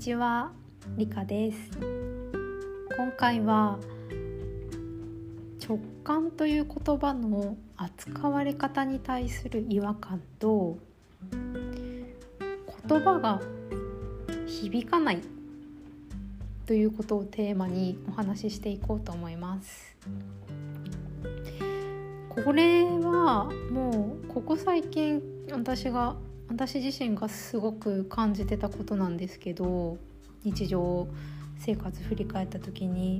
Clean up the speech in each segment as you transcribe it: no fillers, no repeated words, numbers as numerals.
ちは、リカです。今回は直感という言葉の扱われ方に対する違和感と言葉が響かないということをテーマにお話ししていこうと思います。これはもうここ最近私自身がすごく感じてたことなんですけど、日常生活振り返った時に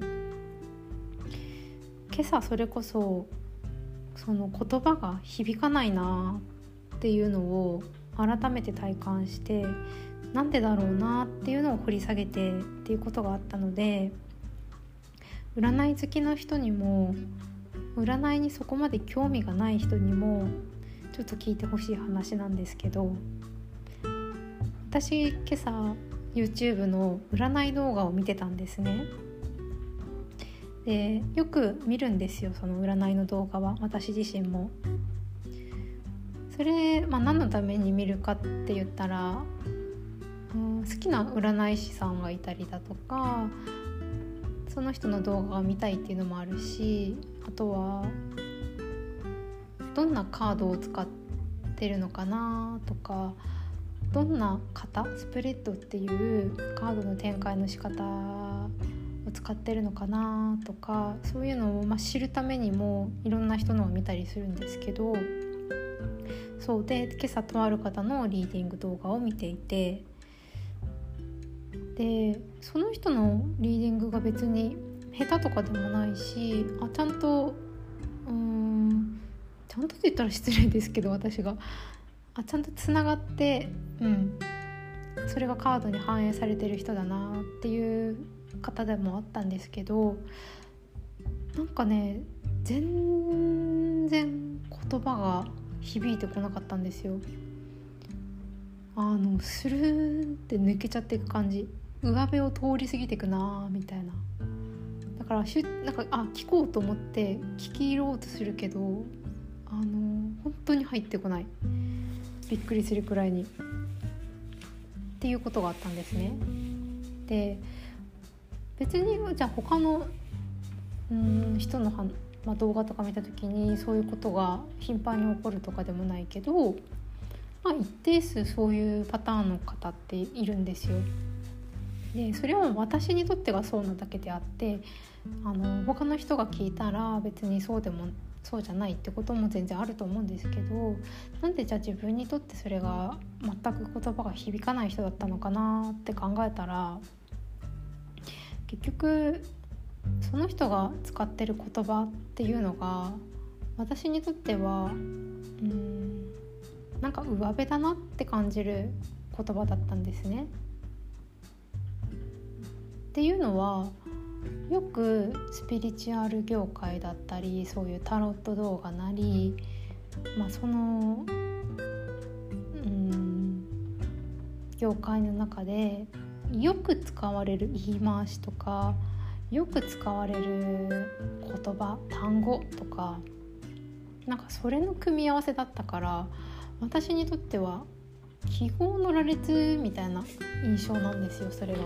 今朝それこそその言葉が響かないなっていうのを改めて体感して、なんでだろうなっていうのを掘り下げてっていうことがあったので、占い好きの人にも占いにそこまで興味がない人にもちょっと聞いてほしい話なんですけど、私今朝 YouTube の占い動画を見てたんですね。で、よく見るんですよ、その占いの動画は。私自身もそれ、何のために見るかって言ったら、好きな占い師さんがいたりだとか、その人の動画が見たいっていうのもあるし、あとはどんなカードを使ってるのかなとか、どんな型スプレッドっていうカードの展開の仕方を使ってるのかなとか、そういうのを知るためにもいろんな人のを見たりするんですけど、そうで今朝とある方のリーディング動画を見ていて、でその人のリーディングが別に下手とかでもないし、ちゃんとって言ったら失礼ですけど、私がちゃんとつながって、それがカードに反映されてる人だなっていう方でもあったんですけど、なんかね、全然言葉が響いてこなかったんですよ。スルーって抜けちゃっていく感じ、上辺を通り過ぎていくなみたいな。だから聞こうと思って聞き入ろうとするけど、本当に入ってこない、びっくりするくらいにっていうことがあったんですね。で、別にじゃあ他の人の動画とか見た時にそういうことが頻繁に起こるとかでもないけど、一定数そういうパターンの方っているんですよ。でそれは私にとってがそうなだけであって、他の人が聞いたら別にそうじゃないってことも全然あると思うんですけど、なんでじゃあ自分にとってそれが全く言葉が響かない人だったのかなって考えたら、結局その人が使ってる言葉っていうのが私にとってはなんか上辺だなって感じる言葉だったんですね。っていうのは、よくスピリチュアル業界だったり、そういうタロット動画なり、その業界の中でよく使われる言い回しとか、よく使われる言葉単語とか、なんかそれの組み合わせだったから、私にとっては記号の羅列みたいな印象なんですよ、それが。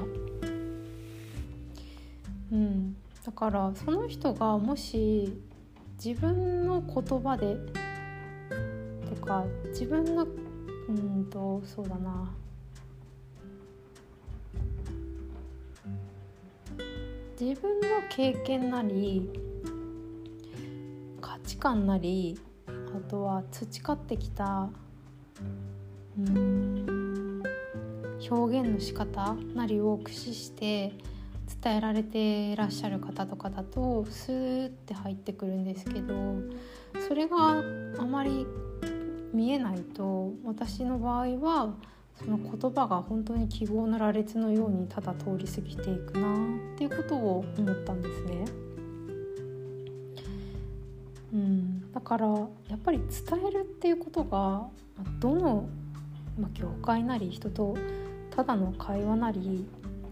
だからその人がもし自分の言葉でとか、自分のそうだな、自分の経験なり価値観なり、あとは培ってきた表現の仕方なりを駆使して伝えられていらっしゃる方とかだとスーって入ってくるんですけど、それがあまり見えないと、私の場合はその言葉が本当に記号の羅列のようにただ通り過ぎていくなっていうことを思ったんですね。だからやっぱり伝えるっていうことがどの、業界なり人とただの会話なり、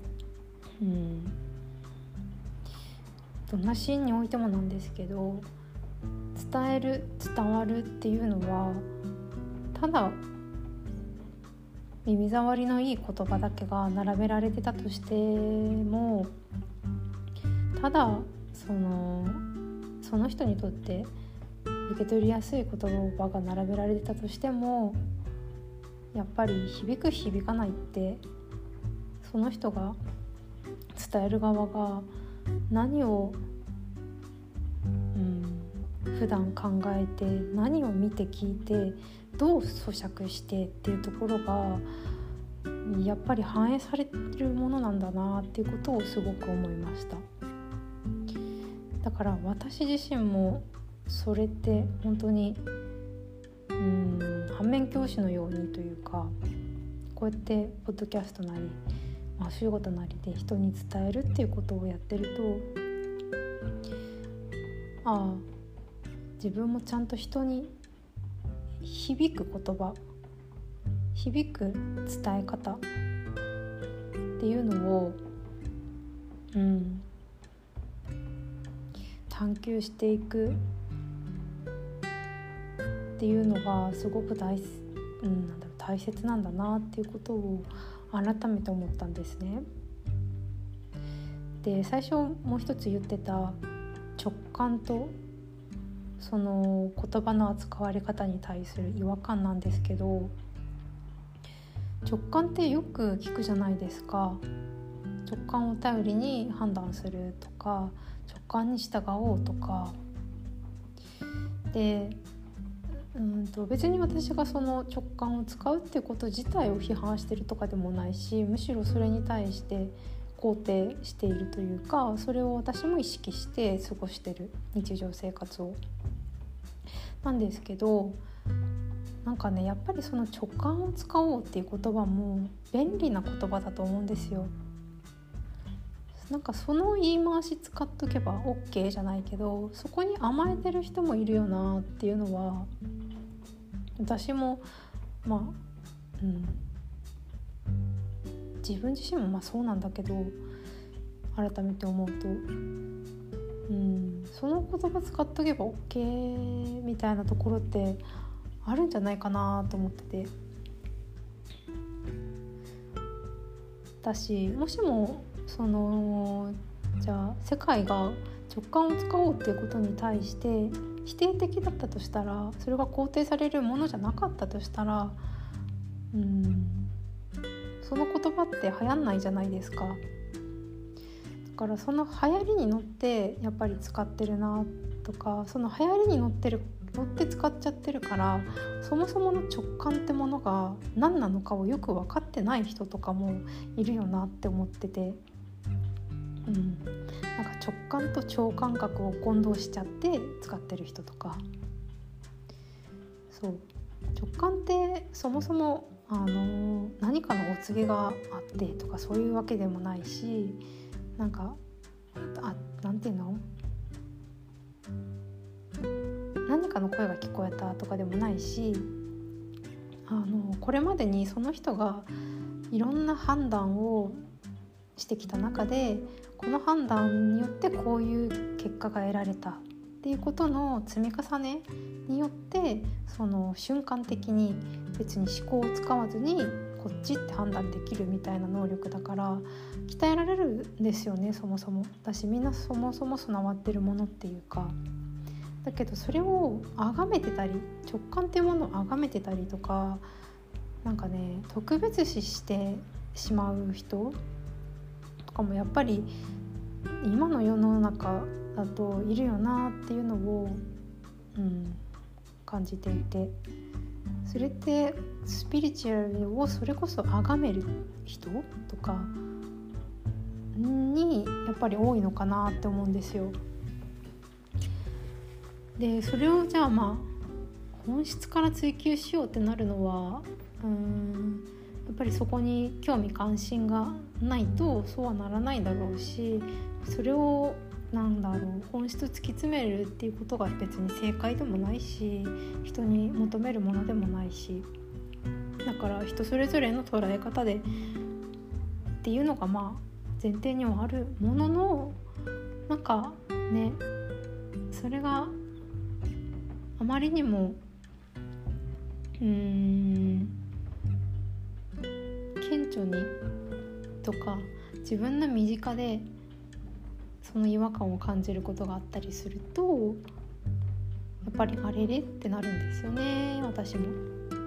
どんなシーンにおいてもなんですけど、伝える伝わるっていうのはただ耳障りのいい言葉だけが並べられてたとしても、ただその人にとって受け取りやすい言葉が並べられてたとしても、やっぱり響く響かないってその人が伝える側が何を、普段考えて何を見て聞いてどう咀嚼してっていうところがやっぱり反映されるものなんだなっていうことをすごく思いました。だから私自身もそれって本当に反面教師のようにというか、こうやってポッドキャストなり、お仕事なりで人に伝えるっていうことをやってると、自分もちゃんと人に響く言葉、響く伝え方っていうのを、探求していくっていうのがすごく大切なんだなっていうことを改めて思ったんですね。で、最初もう一つ言ってた直感とその言葉の扱われ方に対する違和感なんですけど、直感ってよく聞くじゃないですか。直感を頼りに判断するとか、直感に従おうとかで、別に私がその直感を使うっていうこと自体を批判してるとかでもないし、むしろそれに対して肯定しているというか、それを私も意識して過ごしてる日常生活をなんですけど、なんかね、やっぱりその直感を使おうっていう言葉も便利な言葉だと思うんですよ。なんかその言い回し使っとけば OK じゃないけど、そこに甘えてる人もいるよなっていうのは私も自分自身もそうなんだけど、改めて思うとその言葉使っとけば OK みたいなところってあるんじゃないかなと思ってて、だし、もしもじゃあ世界が直感を使おうっていうことに対して否定的だったとしたら、それが肯定されるものじゃなかったとしたら、その言葉って流行んないじゃないですか。だからその流行りに乗ってやっぱり使ってるなとか、その流行りに乗って使っちゃってるから、そもそもの直感ってものが何なのかをよく分かってない人とかもいるよなって思ってて、なんか直感と超感覚を混同しちゃって使ってる人とか、そう、直感ってそもそも何かのお告げがあってとかそういうわけでもないし、なんかなんていうの、何かの声が聞こえたとかでもないし、これまでにその人がいろんな判断をしてきた中で、この判断によってこういう結果が得られたっていうことの積み重ねによって、その瞬間的に別に思考を使わずにこっちって判断できるみたいな能力だから鍛えられるんですよね。そもそも私みんなそもそも備わってるものっていうか、だけどそれを崇めてたり、直感っていうものを崇めてたりとか、なんかね、特別視してしまう人とかもやっぱり今の世の中だといるよなっていうのを、感じていて、それってスピリチュアルをそれこそ崇める人とかにやっぱり多いのかなって思うんですよ。で、それをじゃあ本質から追求しようってなるのは、やっぱりそこに興味関心がないとそうはならないだろうし、それを本質突き詰めるっていうことが別に正解でもないし、人に求めるものでもないし、だから人それぞれの捉え方でっていうのが前提にはあるものの、なんかね、それがあまりにもにとか自分の身近でその違和感を感じることがあったりすると、やっぱりあれれってなるんですよね、私も。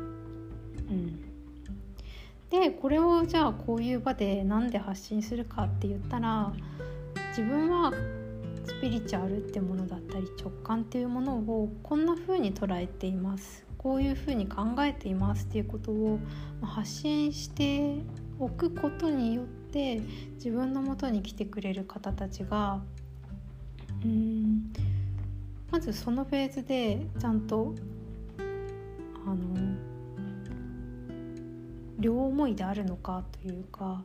でこれをじゃあこういう場でなんで発信するかって言ったら、自分はスピリチュアルってものだったり直感っていうものをこんな風に捉えています、こういう風に考えていますっていうことを発信しておくことによって自分の元に来てくれる方たちがまずそのフェーズでちゃんと両思いであるのかというか、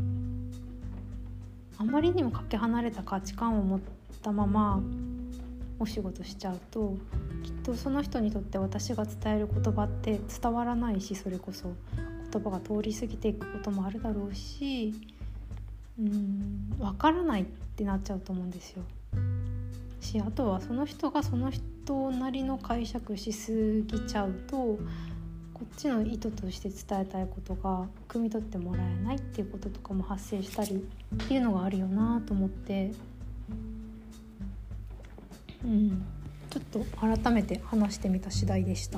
あまりにもかけ離れた価値観を持ったままお仕事しちゃうと、きっとその人にとって私が伝える言葉って伝わらないし、それこそ言葉が通り過ぎていくこともあるだろうし、分からないってなっちゃうと思うんですよ。あとはその人がその人なりの解釈しすぎちゃうと、こっちの意図として伝えたいことが汲み取ってもらえないっていうこととかも発生したりっていうのがあるよなと思って、ちょっと改めて話してみた次第でした。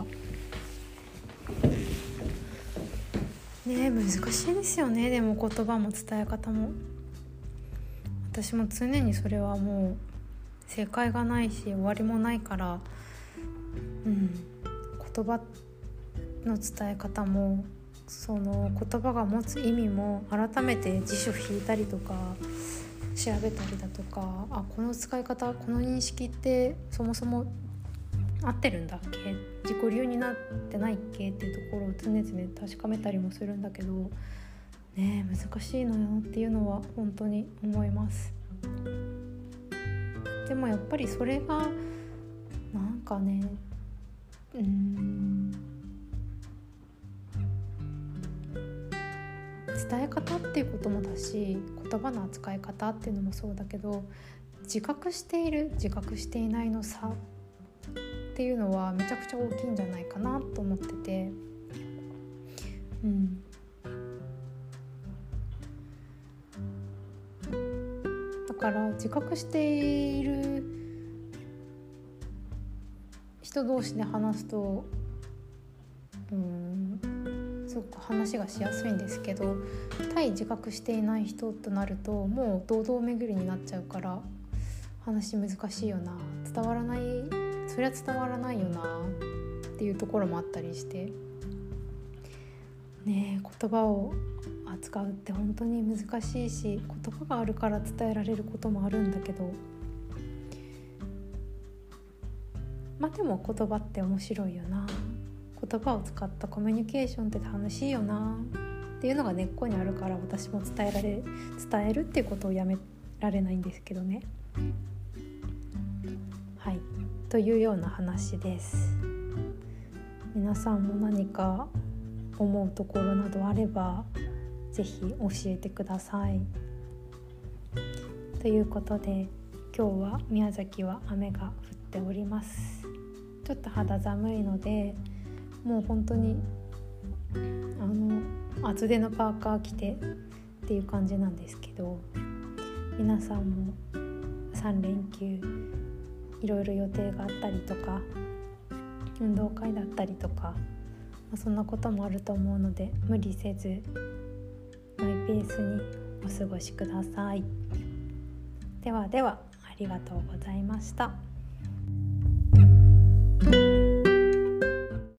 難しいですよね。でも言葉も伝え方も、私も常にそれはもう正解がないし終わりもないから、言葉の伝え方もその言葉が持つ意味も改めて辞書引いたりとか調べたりだとか、この使い方、この認識ってそもそも合ってるんだっけ、自己流になってないっけっていうところを常々確かめたりもするんだけど難しいのよっていうのは本当に思います。でもやっぱりそれがなんかね、伝え方っていうこともだし、言葉の扱い方っていうのもそうだけど、自覚している自覚していないの差っていうのはめちゃくちゃ大きいんじゃないかなと思ってて、だから自覚している人同士で話すとすごく話がしやすいんですけど、対自覚していない人となるともう堂々巡りになっちゃうから話難しいよな、伝わらない、そりゃ伝わらないよなっていうところもあったりして言葉を扱うって本当に難しいし、言葉があるから伝えられることもあるんだけど、でも言葉って面白いよな、言葉を使ったコミュニケーションって楽しいよなっていうのが根っこにあるから、私も伝えるっていうことをやめられないんですけどね。はいというような話です。皆さんも何か思うところなどあればぜひ教えてください。ということで今日は宮崎は雨が降っております。ちょっと肌寒いのでもう本当に厚手のパーカー着てっていう感じなんですけど、皆さんも3連休いろいろ予定があったりとか運動会だったりとか、そんなこともあると思うので無理せずマイペースにお過ごしください。ではではありがとうございました。